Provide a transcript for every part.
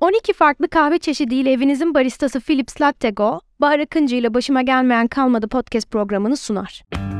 12 farklı kahve çeşidiyle evinizin baristası Philips Latte Go, Bahar Akıncı ile Başıma Gelmeyen Kalmadı podcast programını sunar.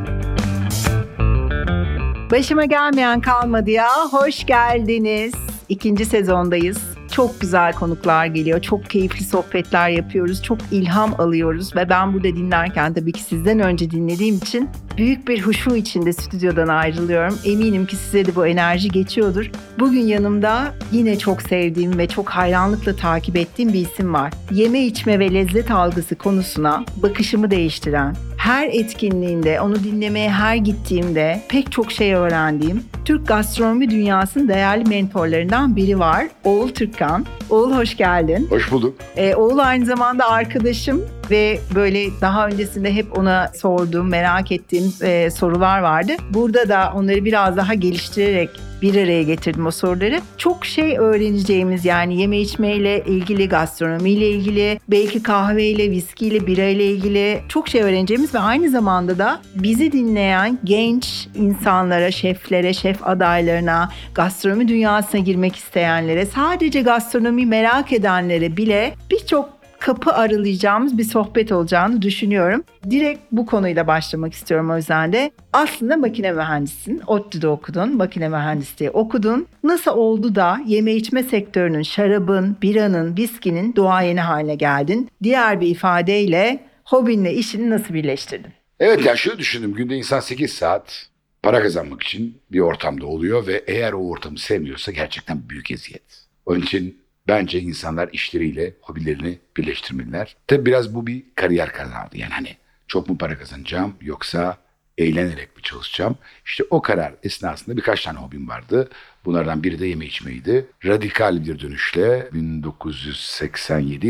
Başıma Gelmeyen Kalmadı'ya hoş geldiniz. 2. sezondayız. Çok güzel konuklar geliyor. Çok keyifli sohbetler yapıyoruz. Çok ilham alıyoruz ve ben burada dinlerken tabii ki sizden önce dinlediğim için büyük bir huşu içinde stüdyodan ayrılıyorum. Eminim ki size de bu enerji geçiyordur. Bugün yanımda yine çok sevdiğim ve çok hayranlıkla takip ettiğim bir isim var. Yeme içme ve lezzet algısı konusuna bakışımı değiştiren, her etkinliğinde, onu dinlemeye her gittiğimde pek çok şey öğrendiğim Türk gastronomi dünyasının değerli mentorlarından biri var. Oğul Türkkan. Oğul hoş geldin. Hoş bulduk. Oğul aynı zamanda arkadaşım ve böyle daha öncesinde hep ona sorduğum, merak ettiğim sorular vardı. Burada da onları biraz daha geliştirerek bir araya getirdim o soruları. Çok şey öğreneceğimiz, yani yeme içmeyle ilgili, gastronomiyle ilgili, belki kahveyle, viskiyle, birayla ilgili çok şey öğreneceğimiz ve aynı zamanda da bizi dinleyen genç insanlara, şeflere, şef adaylarına, gastronomi dünyasına girmek isteyenlere, sadece gastronomi merak edenlere bile birçok kapı aralayacağımız bir sohbet olacağını düşünüyorum. Direkt bu konuyla başlamak istiyorum o yüzden de. Aslında makine mühendisisin. ODTÜ'de okudun, makine mühendisliği okudun. Nasıl oldu da yeme içme sektörünün, şarabın, biranın, viskinin duayeni haline geldin? Diğer bir ifadeyle hobinle işini nasıl birleştirdin? Evet, yani şöyle düşündüm. Günde insan 8 saat para kazanmak için bir ortamda oluyor ve eğer o ortamı sevmiyorsa gerçekten büyük eziyet. Onun için bence insanlar işleriyle hobilerini birleştirmeliler. Tabii biraz bu bir kariyer kararıydı. Yani hani çok mu para kazanacağım yoksa eğlenerek mi çalışacağım? İşte o karar esnasında birkaç tane hobim vardı. Bunlardan biri de yeme içmeydi. Radikal bir dönüşle 1997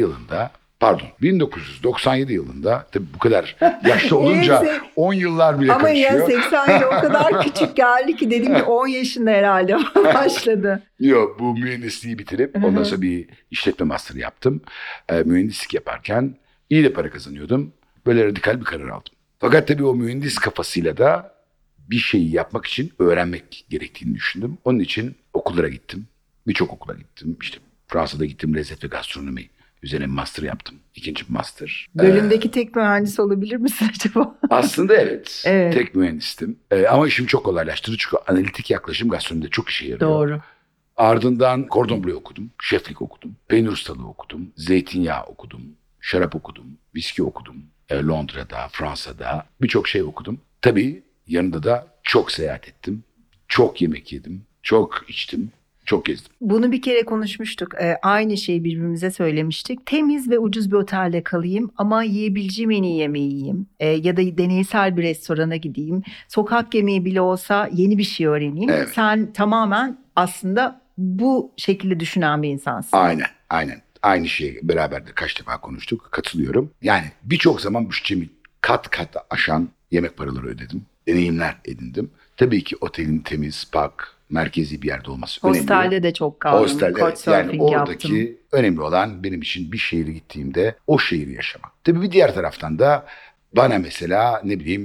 yılında tabii bu kadar yaşlı olunca 10 yıllar bile karışıyor. Ama ya 87 o kadar küçük geldi ki dedim ki 10 yaşında herhalde başladı. Yok, bu mühendisliği bitirip ondan sonra bir işletme master yaptım. Mühendislik yaparken iyi de para kazanıyordum. Böyle radikal bir karar aldım. Fakat tabii o mühendis kafasıyla da bir şeyi yapmak için öğrenmek gerektiğini düşündüm. Onun için okullara gittim. Birçok okula gittim. İşte Fransa'da gittim, lezzet ve gastronomi üzerine master yaptım. 2. master. Bölümdeki tek mühendis olabilir misin acaba? Aslında evet. Evet. Tek mühendistim. Ama işimi çok kolaylaştırdı. Çünkü analitik yaklaşım gastronomide çok işe yarıyor. Doğru. Ardından cordon bleu okudum. Şeflik okudum. Peynir ustalığı okudum. Zeytinyağı okudum. Şarap okudum. Viski okudum. Londra'da, Fransa'da birçok şey okudum. Tabii yanında da çok seyahat ettim. Çok yemek yedim. Çok içtim. Çok gezdim. Bunu bir kere konuşmuştuk. Aynı şeyi birbirimize söylemiştik. Temiz ve ucuz bir otelde kalayım ama yiyebileceğim en iyi yemeği yiyeyim. Ya da deneysel bir restorana gideyim. Sokak yemeği bile olsa yeni bir şey öğreneyim. Evet. Sen tamamen aslında bu şekilde düşünen bir insansın. Aynen. Aynı şeyi beraber de kaç defa konuştuk. Katılıyorum. Yani birçok zaman bütçemi kat kat aşan yemek paraları ödedim. Deneyimler edindim. Tabii ki otelin temiz, pak, merkezi bir yerde olması önemli. Hostelde de çok kaldım. Hostelde, evet. Yani oradaki yaptım. önemli olan benim için bir şehre gittiğimde o şehri yaşamak. Tabii bir diğer taraftan da bana mesela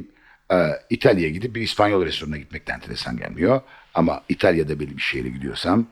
İtalya'ya gidip bir İspanyol restoranına gitmek de enteresan gelmiyor. Ama İtalya'da belli bir şehre gidiyorsam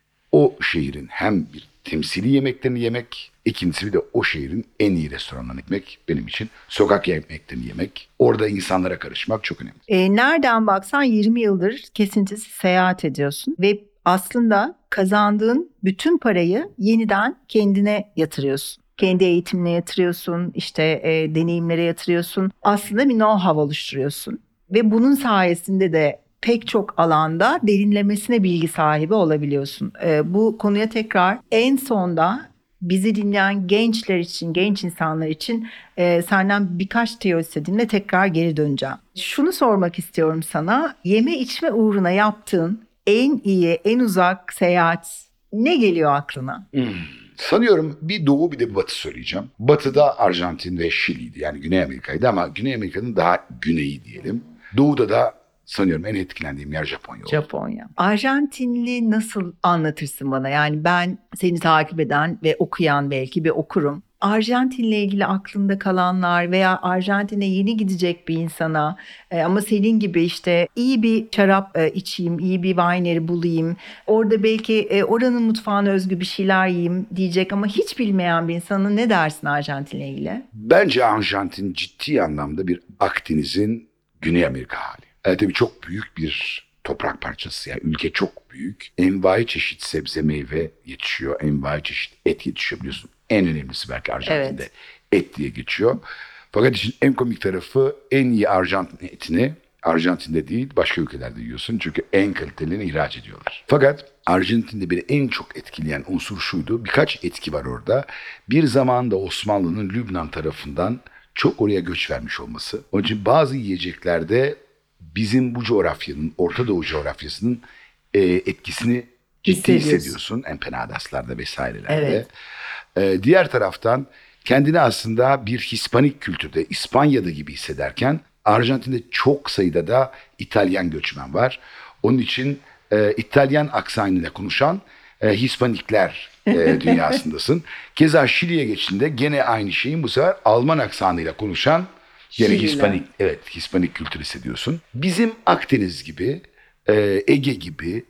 o şehrin hem bir temsili yemeklerini yemek, ikincisi bir de o şehrin en iyi restoranlarına gitmek benim için. Sokak yemeklerini yemek, orada insanlara karışmak çok önemli. Nereden baksan 20 yıldır kesintisiz seyahat ediyorsun ve aslında kazandığın bütün parayı yeniden kendine yatırıyorsun. Kendi eğitimine yatırıyorsun, işte deneyimlere yatırıyorsun. Aslında bir know-how oluşturuyorsun ve bunun sayesinde de pek çok alanda derinlemesine bilgi sahibi olabiliyorsun. Bu konuya tekrar en sonda bizi dinleyen gençler için, genç insanlar için senden birkaç tüyo istediğimde tekrar geri döneceğim. Şunu sormak istiyorum sana. Yeme içme uğruna yaptığın en iyi, en uzak seyahat ne geliyor aklına? Sanıyorum bir doğu bir de bir batı söyleyeceğim. Batı'da Arjantin ve Şili'ydi, yani Güney Amerika'ydı ama Güney Amerika'nın daha güneyi diyelim. Doğu'da da sanıyorum en etkilendiğim yer Japonya oldu. Japonya. Arjantinli nasıl anlatırsın bana? Yani ben seni takip eden ve okuyan belki bir okurum. Arjantin'le ilgili aklında kalanlar veya Arjantin'e yeni gidecek bir insana ama senin gibi işte iyi bir şarap içeyim, iyi bir winery bulayım, orada belki oranın mutfağına özgü bir şeyler yiyeyim diyecek ama hiç bilmeyen bir insana ne dersin Arjantin'le ilgili? Bence Arjantin ciddi anlamda bir Akdeniz'in Güney Amerika hali. Tabii çok büyük bir toprak parçası. Yani ülke çok büyük. Envai çeşit sebze meyve yetişiyor. Envai çeşit et yetişiyor biliyorsun. En önemlisi belki Arjantin'de et diye geçiyor. Fakat işin en komik tarafı en iyi Arjantin etini Arjantin'de değil başka ülkelerde yiyorsun. Çünkü en kalitelerini ihraç ediyorlar. Fakat Arjantin'de beni en çok etkileyen unsur şuydu. Birkaç etki var orada. Bir zamanda Osmanlı'nın Lübnan tarafından çok oraya göç vermiş olması. Onun için bazı yiyeceklerde bizim bu coğrafyanın, Orta Doğu coğrafyasının etkisini ciddi hissediyorsun. Empanadaslarda vesairelerde. Diğer taraftan kendini aslında bir Hispanik kültürde, İspanya'da gibi hissederken Arjantin'de çok sayıda da İtalyan göçmen var. Onun için İtalyan aksanıyla konuşan Hispanikler dünyasındasın. Keza Şili'ye geçtiğinde gene aynı şeyin bu sefer Alman aksanıyla konuşan gene Hispanik kültür hissediyorsun. Bizim Akdeniz gibi, Ege gibi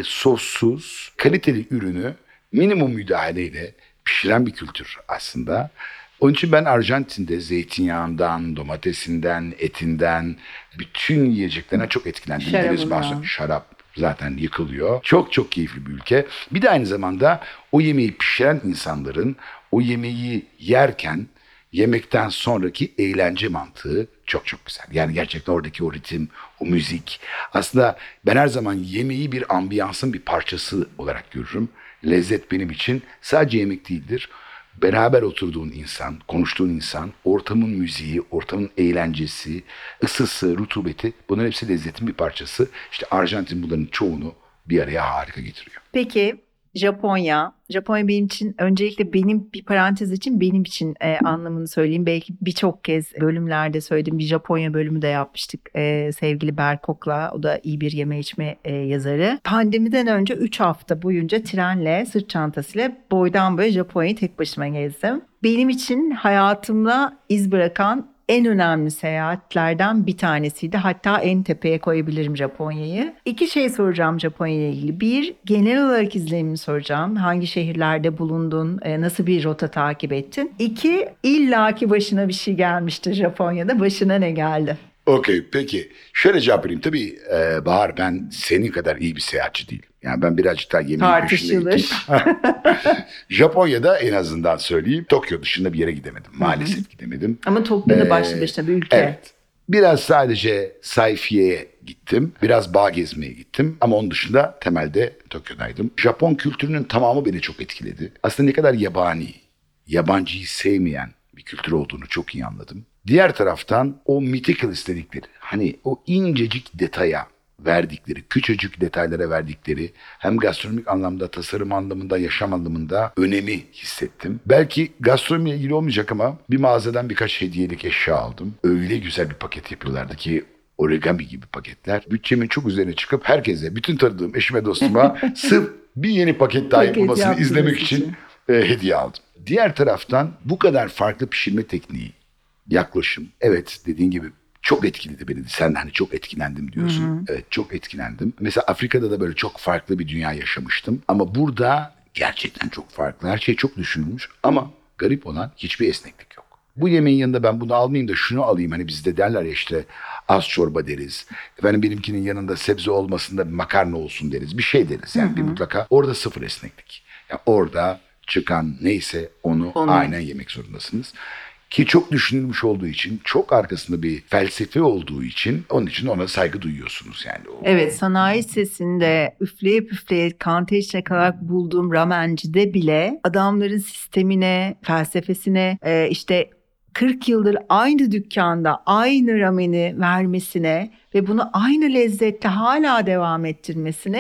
sossuz, kaliteli ürünü minimum müdahaleyle pişiren bir kültür aslında. Onun için ben Arjantin'de zeytinyağından, domatesinden, etinden, bütün yiyeceklerine çok etkilendim. Şarap zaten yıkılıyor. Çok çok keyifli bir ülke. Bir de aynı zamanda o yemeği pişiren insanların o yemeği yerken yemekten sonraki eğlence mantığı çok çok güzel. Yani gerçekten oradaki o ritim, o müzik. Aslında ben her zaman yemeği bir ambiyansın bir parçası olarak görürüm. Lezzet benim için sadece yemek değildir. Beraber oturduğun insan, konuştuğun insan, ortamın müziği, ortamın eğlencesi, ısısı, rutubeti bunların hepsi lezzetin bir parçası. İşte Arjantin bunların çoğunu bir araya harika getiriyor. Peki Japonya benim için öncelikle bir parantez için benim için anlamını söyleyeyim. Belki birçok kez bölümlerde söyledim. Bir Japonya bölümü de yapmıştık sevgili Berkok'la. O da iyi bir yeme içme yazarı. Pandemiden önce 3 hafta boyunca trenle, sırt çantasıyla boydan boya Japonya'yı tek başıma gezdim. Benim için hayatımda iz bırakan en önemli seyahatlerden bir tanesiydi. Hatta en tepeye koyabilirim Japonya'yı. 2 şey soracağım Japonya ile ilgili. 1, genel olarak izlenimini soracağım. Hangi şehirlerde bulundun? Nasıl bir rota takip ettin? 2, illaki başına bir şey gelmiştir Japonya'da. Başına ne geldi? Okey, peki. Şöyle cevap vereyim. Tabii Bahar, ben senin kadar iyi bir seyahatçi değilim. Yani ben birazcık daha yemeğin peşinde gittim. Japonya'da en azından söyleyeyim. Tokyo dışında bir yere gidemedim. Maalesef gidemedim. Ama Tokyo'da başlı başına bir ülke. Evet. Biraz sadece sayfiyeye gittim. Biraz bağ gezmeye gittim. Ama onun dışında temelde Tokyo'daydım. Japon kültürünün tamamı beni çok etkiledi. Aslında ne kadar yabani, yabancıyı sevmeyen bir kültür olduğunu çok iyi anladım. Diğer taraftan o mythical istedikleri, hani o incecik detaya verdikleri, küçücük detaylara verdikleri hem gastronomik anlamda, tasarım anlamında, yaşam anlamında önemi hissettim. Belki gastronomiyle ilgili olmayacak ama bir mağazadan birkaç hediyelik eşya aldım. Öyle güzel bir paket yapıyorlardı ki origami gibi paketler. Bütçemin çok üzerine çıkıp herkese, bütün tanıdığım eşime, dostuma sırf bir yeni paket daha yapılmasını izlemek için hediye aldım. Diğer taraftan bu kadar farklı pişirme tekniği, yaklaşım. Evet, dediğin gibi çok etkiledi beni. Sen hani çok etkilendim diyorsun. Hı hı. Evet, çok etkilendim. Mesela Afrika'da da böyle çok farklı bir dünya yaşamıştım. Ama burada gerçekten çok farklı. Her şey çok düşünülmüş ama garip olan hiçbir esneklik yok. Bu yemeğin yanında ben bunu almayayım da şunu alayım. Hani bizde derler ya işte az çorba deriz. Efendim benimkinin yanında sebze olmasın da makarna olsun deriz. Bir şey deriz yani, bir mutlaka. Orada sıfır esneklik. Yani orada çıkan neyse onu aynen yemek zorundasınız. Ki çok düşünülmüş olduğu için, çok arkasında bir felsefe olduğu için, onun için ona saygı duyuyorsunuz yani. Evet, sanayi sitesinde üfleyip kante içine kadar bulduğum ramencide bile adamların sistemine, felsefesine, işte 40 yıldır aynı dükkanda aynı rameni vermesine ve bunu aynı lezzette hala devam ettirmesine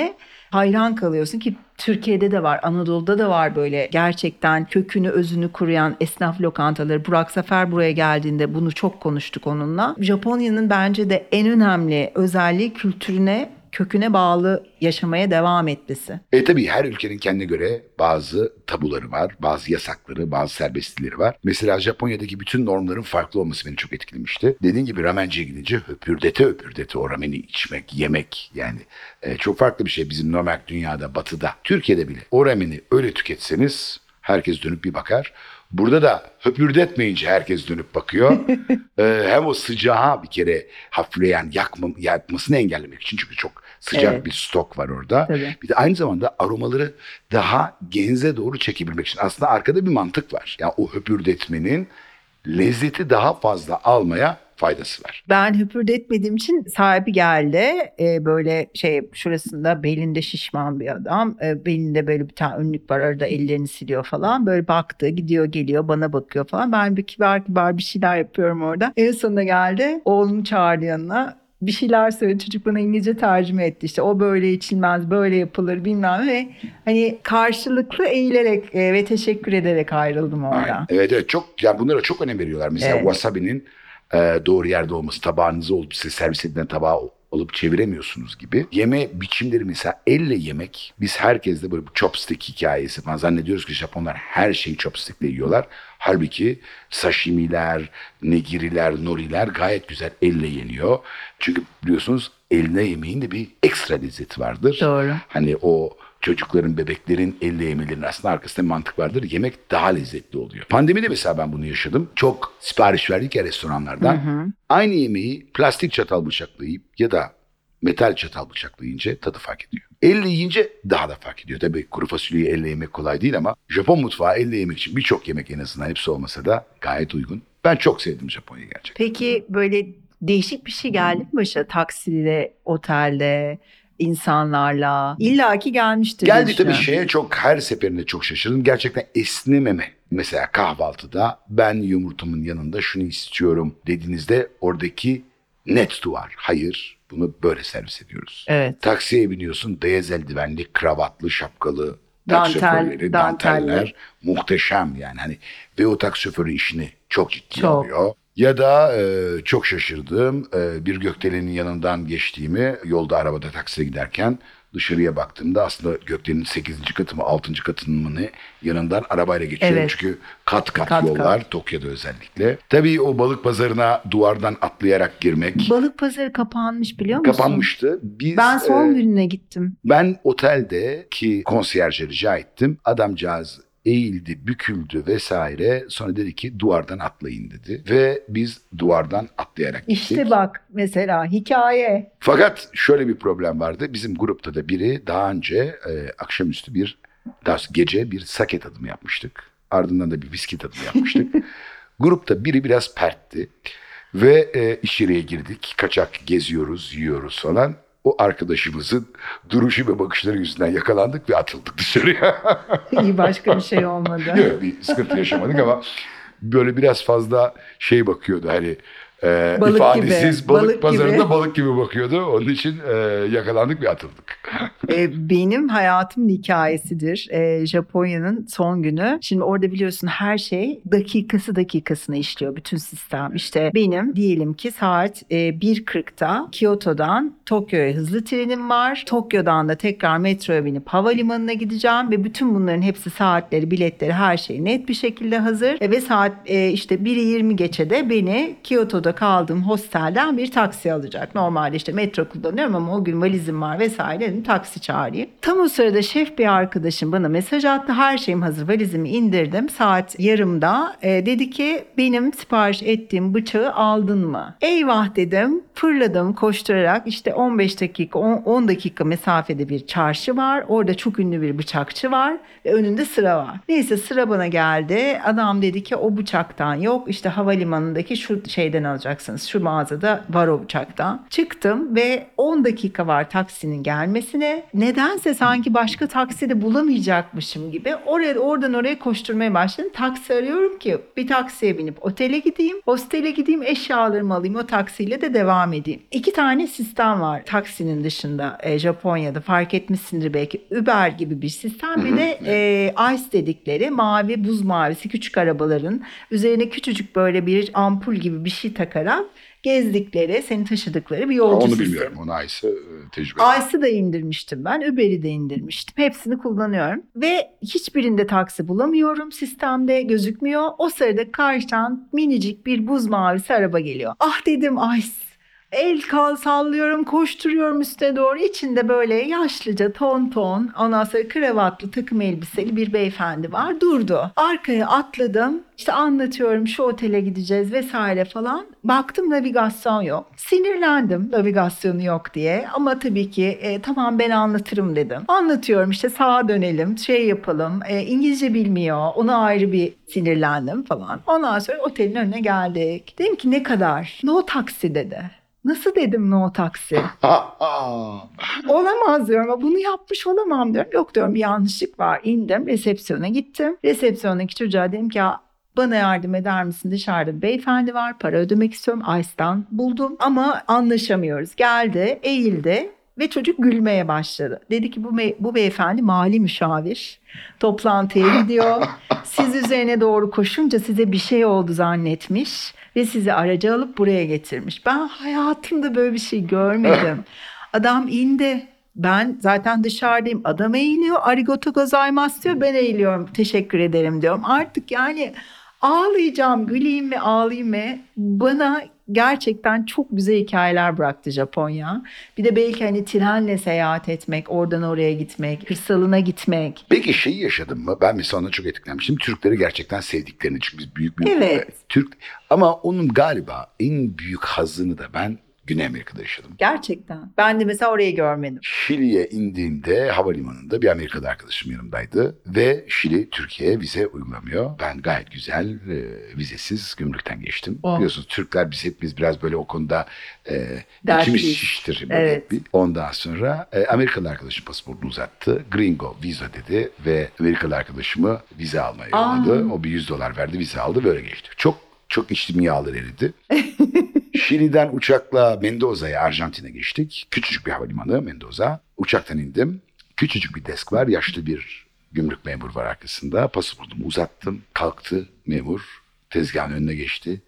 hayran kalıyorsun ki Türkiye'de de var, Anadolu'da da var böyle gerçekten kökünü, özünü kuruyan esnaf lokantaları. Burak Zafer buraya geldiğinde bunu çok konuştuk onunla. Japonya'nın bence de en önemli özelliği kültürüne, köküne bağlı yaşamaya devam etmesi. Tabii her ülkenin kendine göre bazı tabuları var, bazı yasakları, bazı serbestlikleri var. Mesela Japonya'daki bütün normların farklı olması beni çok etkilemişti. Dediğin gibi ramenciye gidince höpürdete o rameni içmek, yemek yani çok farklı bir şey bizim normal dünyada, batıda, Türkiye'de bile. O rameni öyle tüketseniz herkes dönüp bir bakar. Burada da höpürdetmeyince herkes dönüp bakıyor. Hem o sıcağı bir kere hafifleyen yakmasını engellemek için çünkü çok sıcak bir stok var orada. Tabii. Bir de aynı zamanda aromaları daha genze doğru çekebilmek için aslında arkada bir mantık var. Yani o höpürdetmenin lezzeti daha fazla almaya faydası var. Ben höpürdetmediğim için sahibi geldi. Böyle şurasında belinde şişman bir adam. Belinde böyle bir tane önlük var. Arada ellerini siliyor falan. Böyle baktı, gidiyor geliyor bana bakıyor falan. Ben bir kibar bir şeyler yapıyorum orada. En sonunda geldi. Oğlumu çağırdı yanına. Bir şeyler söyledi. Çocuk bana İngilizce tercüme etti. İşte o böyle içilmez, böyle yapılır bilmem ne. Ve hani karşılıklı eğilerek ve teşekkür ederek ayrıldım orada. Aynen. Evet çok yani bunlara çok önem veriyorlar. Mesela wasabi'nin doğru yerde olması, tabağınıza olup size servis edilen tabağı alıp çeviremiyorsunuz gibi. Yeme biçimleri mesela elle yemek. Biz herkeste böyle bu chopstick hikayesi falan zannediyoruz ki Japonlar her şeyi chopstick'le yiyorlar. Halbuki sashimiler, nigiriler, noriler gayet güzel elle yeniyor. Çünkü biliyorsunuz eline yemeğin de bir ekstra lezzeti vardır. Doğru. Hani o çocukların, bebeklerin elle yemelerinin aslında arkasında bir mantık vardır. Yemek daha lezzetli oluyor. Pandemide mesela ben bunu yaşadım. Çok sipariş verdik ya restoranlardan. Aynı yemeği plastik çatal bıçakla yiyip ya da metal çatal bıçakla yiyince tadı fark ediyor. Elle yiyince daha da fark ediyor. Tabii kuru fasulyeyi elle yemek kolay değil ama Japon mutfağı elle yemek için birçok yemek en azından hepsi olmasa da gayet uygun. Ben çok sevdim Japonya'yı gerçekten. Peki böyle değişik bir şey geldi mi başa? Takside, otelde, insanlarla. İlla ki gelmiştir. Geldi tabii çok her seferinde çok şaşırdım. Gerçekten esnememe. Mesela kahvaltıda ben yumurtamın yanında şunu istiyorum dediğinizde oradaki net duvar. Hayır bunu böyle servis ediyoruz. Evet. Taksiye biniyorsun beyaz eldivenli, kravatlı, şapkalı taksi şoförleri, danteller muhteşem yani. Hani ve o taksi şoförü işini çok ciddi alıyor. Ya da çok şaşırdım bir gökdelenin yanından geçtiğimi yolda arabada taksiye giderken dışarıya baktığımda aslında gökdelenin 8. katı mı 6. katının mı ne yanından arabayla geçiyorum. Evet. Çünkü kat yollar Tokyo'da özellikle. Tabii o balık pazarına duvardan atlayarak girmek. Balık pazarı kapanmış biliyor musun? Kapanmıştı. Ben son gününe gittim. Ben oteldeki konsiyerje rica ettim. Adamcağız eğildi, büküldü vesaire. Sonra dedi ki duvardan atlayın dedi. Ve biz duvardan atlayarak gittik. İşte bak mesela hikaye. Fakat şöyle bir problem vardı. Bizim grupta da biri daha önce akşamüstü gece bir sake tadımı yapmıştık. Ardından da bir viski tadımı yapmıştık. Grupta biri biraz pertti. Ve içeriye girdik. Kaçak geziyoruz, yiyoruz falan. O arkadaşımızın duruşu ve bakışları yüzünden yakalandık ve atıldık dışarıya. İyi başka bir şey olmadı. Yok bir sıkıntı yaşamadık ama böyle biraz fazla bakıyordu hani balık ifadesiz gibi, balık pazarında gibi. balık gibi bakıyordu. Onun için yakalandık ve atıldık. Benim hayatımın hikayesidir. Japonya'nın son günü. Şimdi orada biliyorsun her şey dakikasına işliyor. Bütün sistem. İşte benim diyelim ki saat 1.40'da Kyoto'dan Tokyo'ya hızlı trenim var. Tokyo'dan da tekrar metroya binip havalimanına gideceğim ve bütün bunların hepsi saatleri, biletleri her şey net bir şekilde hazır. Ve saat işte 1'i 20 geçe de beni Kyoto'da kaldığım hostelden bir taksi alacak. Normalde işte metro kullanıyorum ama o gün valizim var vesaire dedim taksi çağırayım. Tam o sırada şef bir arkadaşım bana mesaj attı. Her şeyim hazır. Valizimi indirdim. Saat yarımda. Dedi ki benim sipariş ettiğim bıçağı aldın mı? Eyvah dedim. Fırladım koşturarak. İşte 15 dakika 10 dakika mesafede bir çarşı var. Orada çok ünlü bir bıçakçı var. Ve önünde sıra var. Neyse sıra bana geldi. Adam dedi ki o bıçaktan yok. İşte havalimanındaki şu şeyden alacaksınız. Şu mağazada var o bıçaktan. Çıktım ve 10 dakika var taksinin gelmesine. nedense sanki başka taksi de bulamayacakmışım gibi oradan oraya koşturmaya başladım. Taksi arıyorum ki bir taksiye binip otele gideyim, hostele gideyim, eşyalarımı alayım, o taksiyle de devam edeyim. 2 tane sistem var taksinin dışında Japonya'da, fark etmişsindir belki. Uber gibi bir sistem, bir de ICE dedikleri mavi, buz mavisi küçük arabaların üzerine küçücük böyle bir ampul gibi bir şey takarak gezdikleri, seni taşıdıkları bir yolcu Onu sistemi. bilmiyorum. Onu Ayşe tecrübe. ICE'ı da indirmiştim ben. Uber'i de indirmiştim. Hepsini kullanıyorum. Ve hiçbirinde taksi bulamıyorum. Sistemde gözükmüyor. O sırada karşıdan minicik bir buz mavisi araba geliyor. Ah dedim ICE. El kal sallıyorum, koşturuyorum üstüne doğru. İçinde böyle yaşlıca, ton, ondan sonra kravatlı, takım elbiseli bir beyefendi var. Durdu. Arkaya atladım. İşte anlatıyorum, şu otele gideceğiz vesaire falan. Baktım navigasyon yok. Sinirlendim navigasyonu yok diye. Ama tabii ki tamam ben anlatırım dedim. Anlatıyorum, işte sağa dönelim, şey yapalım. İngilizce bilmiyor. Ona ayrı bir sinirlendim falan. Ondan sonra otelin önüne geldik. Dedim ki ne kadar? No taksi dedi. Nasıl dedim no taksi? Olamaz diyorum ama bunu yapmış olamam diyorum. Yok diyorum, bir yanlışlık var. İndim, resepsiyona gittim. Resepsiyondaki çocuğa dedim ki ya bana yardım eder misin? Dışarıda bir beyefendi var. Para ödemek istiyorum. ICE'dan buldum ama anlaşamıyoruz. Geldi, eğildi ve çocuk gülmeye başladı. Dedi ki bu beyefendi mali müşavir. Toplantıya gidiyor. Siz üzerine doğru koşunca size bir şey oldu zannetmiş ve sizi araca alıp buraya getirmiş. Ben hayatımda böyle bir şey görmedim. Adam indi. Ben zaten dışarıdayım. Adam eğiliyor. Arigato gozaimasu diyor. Ben eğiliyorum. Teşekkür ederim diyorum. Artık yani ağlayacağım, güleyim mi, ağlayayım mı? Bana gerçekten çok güzel hikayeler bıraktı Japonya. Bir de belki hani trenle seyahat etmek, oradan oraya gitmek, kırsalına gitmek. Peki şeyi yaşadın mı? Ben mesela ondan çok etkilenmiştim. Türkleri gerçekten sevdiklerini, çünkü biz büyük Evet. Türk, ama onun galiba en büyük hazzını da ben Güney Amerika'da yaşadım. Gerçekten. Ben de mesela orayı görmedim. Şili'ye indiğimde havalimanında bir Amerikalı arkadaşım yanımdaydı ve Şili Türkiye'ye vize uygulamıyor. Ben gayet güzel vizesiz gümrükten geçtim. Oh. Biliyorsunuz Türkler biz biraz böyle o konuda Dertliyiz. içimiz şiştir. Evet. Ondan sonra Amerikalı arkadaşım pasaportunu uzattı. Gringo visa dedi ve Amerikalı arkadaşımı vize almaya yolladı. O bir $100 verdi, vize aldı, böyle geçti. Çok içtim, yağlar eridi. Şili'den uçakla Mendoza'ya, Arjantin'e geçtik. Küçücük bir havalimanı Mendoza. Uçaktan indim. Küçücük bir desk var. Yaşlı bir gümrük memur var arkasında. Pasaportumu uzattım. Kalktı memur. Tezgahın önüne geçti.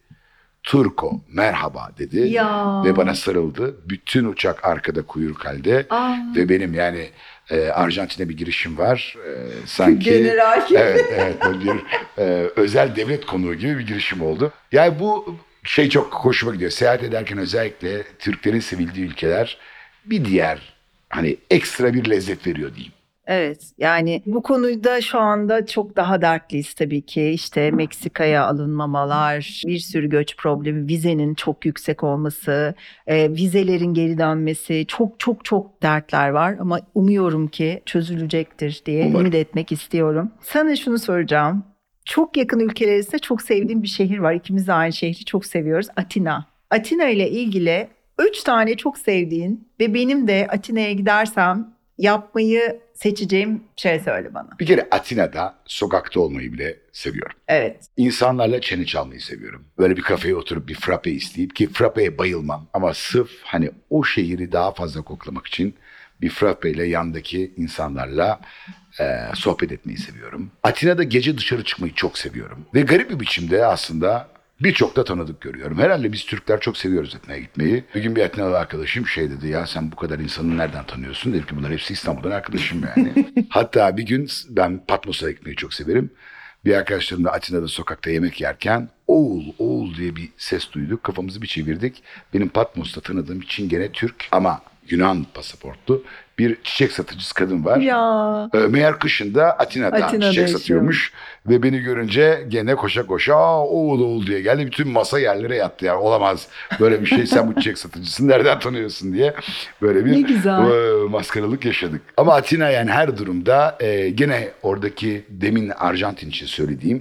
Turco merhaba dedi. Ya. Ve bana sarıldı. Bütün uçak arkada kuyruk halde. Ve benim yani Arjantin'e bir girişim var. Sanki General gibi. Evet, böyle bir özel devlet konuğu gibi bir girişim oldu. Yani bu şey çok hoşuma gidiyor. Seyahat ederken özellikle Türklerin sevildiği ülkeler bir diğer hani ekstra bir lezzet veriyor diyeyim. Evet, yani bu konuda şu anda çok daha dertliyiz tabii ki. İşte Meksika'ya alınmamalar, bir sürü göç problemi, vizenin çok yüksek olması, vizelerin geri dönmesi, çok dertler var. Ama umuyorum ki çözülecektir diye ümit etmek istiyorum. Sana şunu soracağım. Çok yakın ülkeler arasında çok sevdiğim bir şehir var. İkimiz de aynı şehri çok seviyoruz. Atina. Atina ile ilgili 3 tane çok sevdiğin ve benim de Atina'ya gidersem yapmayı seçeceğim şey söyle bana. Bir kere Atina'da sokakta olmayı bile seviyorum. Evet. İnsanlarla çene çalmayı seviyorum. Böyle bir kafeye oturup bir frappe isteyip, ki frappeye bayılmam ama sırf hani o şehri daha fazla koklamak için bir frappeyle yandaki insanlarla sohbet etmeyi seviyorum. Atina'da gece dışarı çıkmayı çok seviyorum. Ve garip bir biçimde aslında birçok da tanıdık görüyorum. Herhalde biz Türkler çok seviyoruz Atina'ya gitmeyi. Bir gün bir Atinalı arkadaşım şey dedi, ya sen bu kadar insanı nereden tanıyorsun? Dedim ki bunlar hepsi İstanbul'dan arkadaşım yani. Hatta bir gün ben Patmos'a gitmeyi çok severim. Bir arkadaşlarımla Atina'da sokakta yemek yerken oğul diye bir ses duyduk. Kafamızı bir çevirdik. Benim Patmos'ta tanıdığım Çingene Türk ama Yunan pasaportlu bir çiçek satıcısı kadın var. Ya. Meğer kışında Atina'da çiçek satıyormuş. Ve beni görünce gene koşa koşa oğul diye geldi. Bütün masa yerlere yattı. Yani olamaz böyle bir şey, sen bu çiçek satıcısın nereden tanıyorsun diye. Böyle bir maskaralık yaşadık. Ama Atina yani her durumda gene oradaki demin Arjantin için söylediğim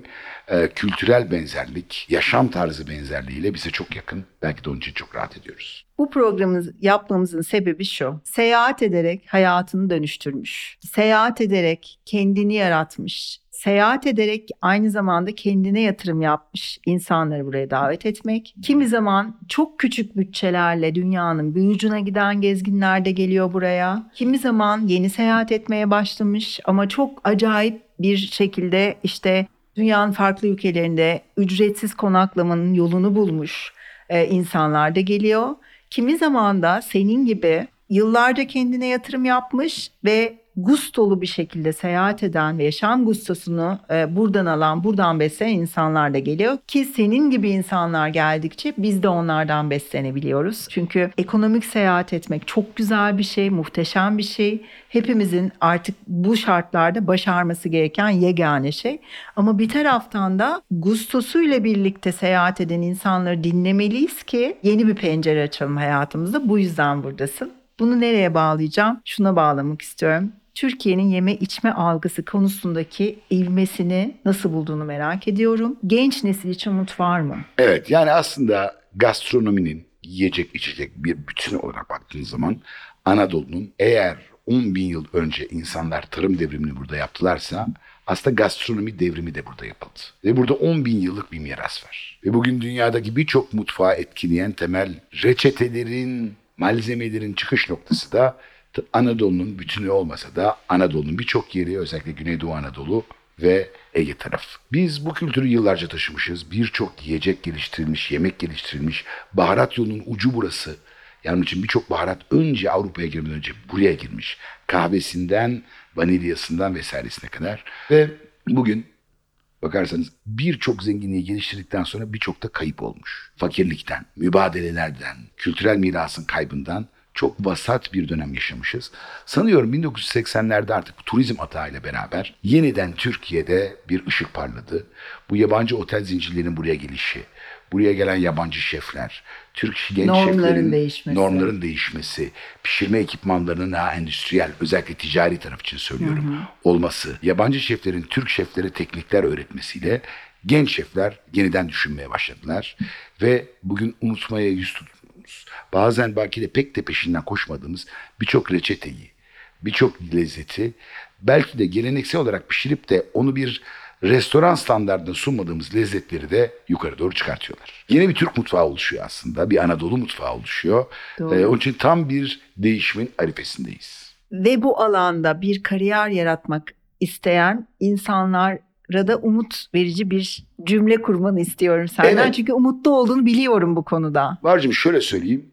kültürel benzerlik, yaşam tarzı benzerliğiyle bize çok yakın. Belki de onun için çok rahat ediyoruz. Bu programı yapmamızın sebebi şu. Seyahat ederek hayatını dönüştürmüş. Seyahat ederek kendini yaratmış. Seyahat ederek aynı zamanda kendine yatırım yapmış insanları buraya davet etmek. Kimi zaman çok küçük bütçelerle dünyanın bir ucuna giden gezginler de geliyor buraya. Kimi zaman yeni seyahat etmeye başlamış ama çok acayip bir şekilde işte dünyanın farklı ülkelerinde ücretsiz konaklamanın yolunu bulmuş insanlar da geliyor. Kimi zaman da senin gibi yıllarca kendine yatırım yapmış ve gustolu bir şekilde seyahat eden ve yaşam gustosunu buradan alan, buradan beslenen insanlar da geliyor. Ki senin gibi insanlar geldikçe biz de onlardan beslenebiliyoruz. Çünkü ekonomik seyahat etmek çok güzel bir şey, muhteşem bir şey. Hepimizin artık bu şartlarda başarması gereken yegane şey. Ama bir taraftan da gustosuyla birlikte seyahat eden insanları dinlemeliyiz ki yeni bir pencere açalım hayatımızda. Bu yüzden buradasın. Bunu nereye bağlayacağım? Şuna bağlamak istiyorum. Türkiye'nin yeme içme algısı konusundaki ivmesini nasıl bulduğunu merak ediyorum. Genç nesil için umut var mı? Evet, yani aslında gastronominin yiyecek içecek bir bütün olarak baktığınız zaman Anadolu'nun eğer 10 bin yıl önce insanlar tarım devrimini burada yaptılarsa aslında gastronomi devrimi de burada yapıldı. Ve burada 10 bin yıllık bir miras var. Ve bugün dünyadaki birçok mutfağı etkileyen temel reçetelerin, malzemelerin çıkış noktası da Anadolu'nun bütünü olmasa da Anadolu'nun birçok yeri, özellikle Güneydoğu Anadolu ve Ege tarafı. Biz bu kültürü yıllarca taşımışız. Birçok yiyecek geliştirilmiş, yemek geliştirilmiş. Baharat yolunun ucu burası. Yani onun için birçok baharat önce Avrupa'ya girmeden önce buraya girmiş. Kahvesinden, vanilyasından vesairesine kadar. Ve bugün bakarsanız birçok zenginliği geliştirdikten sonra birçok da kayıp olmuş. Fakirlikten, mübadelelerden, kültürel mirasın kaybından çok vasat bir dönem yaşamışız. Sanıyorum 1980'lerde artık turizm atağıyla beraber yeniden Türkiye'de bir ışık parladı. Bu yabancı otel zincirlerinin buraya gelişi, buraya gelen yabancı şefler, Türk genç şeflerin normların değişmesi, pişirme ekipmanlarının daha endüstriyel, özellikle ticari taraf için söylüyorum, olması, yabancı şeflerin Türk şeflere teknikler öğretmesiyle genç şefler yeniden düşünmeye başladılar. Ve bugün unutmaya yüz tuttuğumuz, bazen belki de pek de peşinden koşmadığımız birçok reçeteyi, birçok lezzeti belki de geleneksel olarak pişirip de onu bir restoran standartında sunmadığımız lezzetleri de yukarı doğru çıkartıyorlar. Yeni bir Türk mutfağı oluşuyor aslında. Bir Anadolu mutfağı oluşuyor. Onun için tam bir değişimin arifesindeyiz. Ve bu alanda bir kariyer yaratmak isteyen insanlara da umut verici bir cümle kurmanı istiyorum senden. Evet. Çünkü umutlu olduğunu biliyorum bu konuda. Varcığım şöyle söyleyeyim.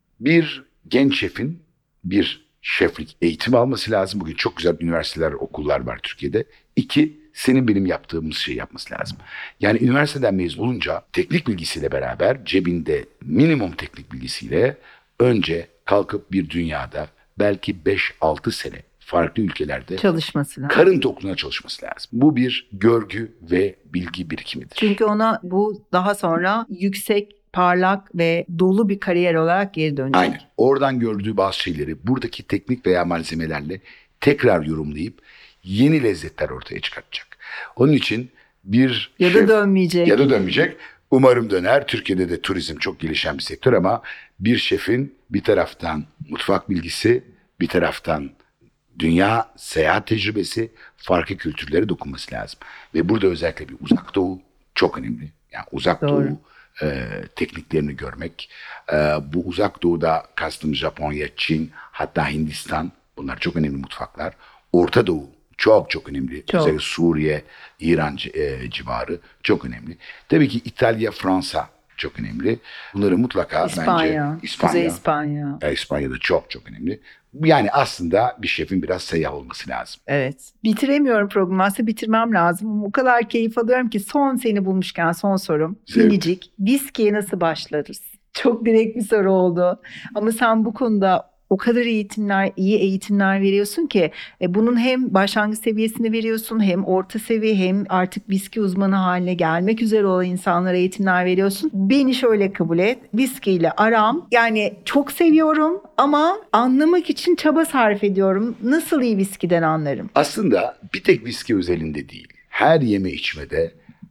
Bir genç şefin bir şeflik eğitimi alması lazım. Bugün çok güzel üniversiteler, okullar var Türkiye'de. 2, senin benim yaptığımız şeyi yapması lazım. Yani üniversiteden mezun olunca teknik bilgisiyle beraber cebinde minimum teknik bilgisiyle önce kalkıp bir dünyada belki 5-6 sene farklı ülkelerde çalışması lazım. Karın tokluğuna çalışması lazım. Bu bir görgü ve bilgi birikimidir. Çünkü ona bu daha sonra yüksek, parlak ve dolu bir kariyer olarak geri dönecek. Aynen. Oradan gördüğü bazı şeyleri buradaki teknik veya malzemelerle tekrar yorumlayıp yeni lezzetler ortaya çıkartacak. Onun için bir ya şef, da dönmeyecek. Ya da dönmeyecek. Umarım döner. Türkiye'de de turizm çok gelişen bir sektör ama bir şefin bir taraftan mutfak bilgisi, bir taraftan dünya seyahat tecrübesi, farklı kültürlere dokunması lazım. Ve burada özellikle bir uzak doğu çok önemli. Yani uzak doğu tekniklerini görmek. Bu uzak doğuda kastım Japonya, Çin, hatta Hindistan, bunlar çok önemli mutfaklar. Orta Doğu çok çok önemli. Çok. Özellikle Suriye, İran civarı çok önemli. Tabii ki İtalya, Fransa çok önemli. Bunları mutlaka İspanya, bence Kuzey İspanya. İspanya'da çok çok önemli. Yani aslında bir şefin biraz seyyah olması lazım. Evet. Bitiremiyorum programı. Aslında bitirmem lazım. O kadar keyif alıyorum ki son seni bulmuşken son sorum. Minicik. Viskiye nasıl başlarız? Çok direkt bir soru oldu. Ama sen bu konuda o kadar iyi eğitimler veriyorsun ki bunun hem başlangıç seviyesini veriyorsun, hem orta seviye, hem artık viski uzmanı haline gelmek üzere olan insanlara eğitimler veriyorsun. Beni şöyle kabul et. Viskiyle aram, yani çok seviyorum ama anlamak için çaba sarf ediyorum. Nasıl iyi viskiden anlarım? Aslında bir tek viski özelinde değil. Her yeme içmede,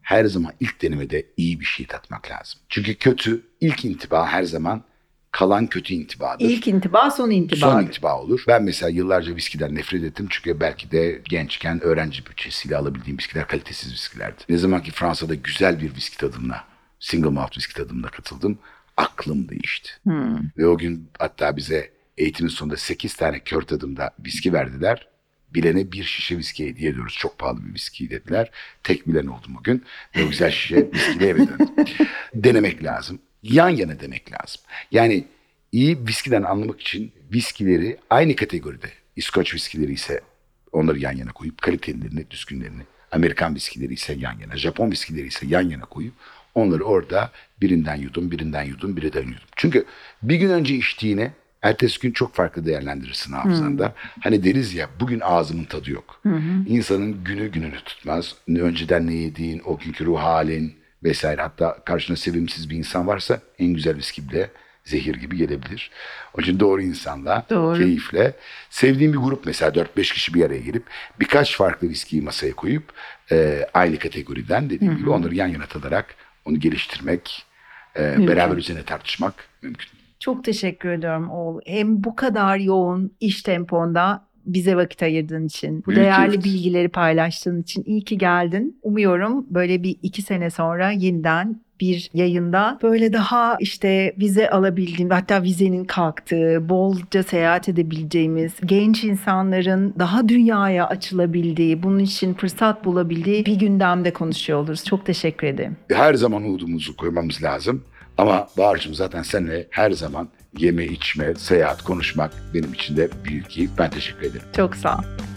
her zaman ilk denemede iyi bir şey tatmak lazım. Çünkü kötü ilk intiba her zaman kalan kötü intibadır. İlk intiba son intiba. Son intiba olur. Ben mesela yıllarca viskiden nefret ettim. Çünkü belki de gençken öğrenci bütçesiyle alabildiğim viskiler kalitesiz viskilerdi. Ne zaman ki Fransa'da güzel bir viski tadımına, single malt viski tadımına katıldım, aklım değişti. Ve o gün hatta bize eğitimin sonunda 8 tane kör tadımda viski verdiler. Bilene bir şişe viski hediye ediyoruz. Çok pahalı bir viski dediler. Tek bilen oldum o gün. Ve o güzel şişe viskiyle eve döndüm. Denemek lazım. Yan yana demek lazım. Yani iyi viskiden anlamak için viskileri aynı kategoride. İskoç viskileri ise onları yan yana koyup kalitelerini, düzgünlerini, Amerikan viskileri ise yan yana, Japon viskileri ise yan yana koyup onları orada birinden yudum, birinden yudum, birinden yudum. Çünkü bir gün önce içtiğini ertesi gün çok farklı değerlendirirsin hafızanda. Hani deriz ya, bugün ağzımın tadı yok. İnsanın günü gününü tutmaz. Önceden ne yediğin, o günkü ruh halin vesaire. Hatta karşına sevimsiz bir insan varsa en güzel viski bile zehir gibi gelebilir. Onun için doğru insanla, keyifle. Sevdiğim bir grup mesela 4-5 kişi bir araya gelip birkaç farklı viskiyi masaya koyup aynı kategoriden dediğim gibi onları yan yana tadarak onu geliştirmek, beraber üzerine tartışmak mümkün. Çok teşekkür ediyorum Oğul. Hem bu kadar yoğun iş temponda bize vakit ayırdığın için, bu Büyük değerli keyif. bilgileri paylaştığın için iyi ki geldin. Umuyorum böyle bir 2 sene sonra yeniden bir yayında böyle daha işte vize alabildiğim, hatta vizenin kalktığı, bolca seyahat edebileceğimiz, genç insanların daha dünyaya açılabildiği, bunun için fırsat bulabildiği bir gündemde konuşuyor oluruz. Çok teşekkür ederim. Her zaman umudumuzu koymamız lazım. Ama Bahar'cığım zaten seninle her zaman yeme, içme, seyahat, konuşmak benim için de büyük keyif. Ben teşekkür ederim. Çok sağ ol.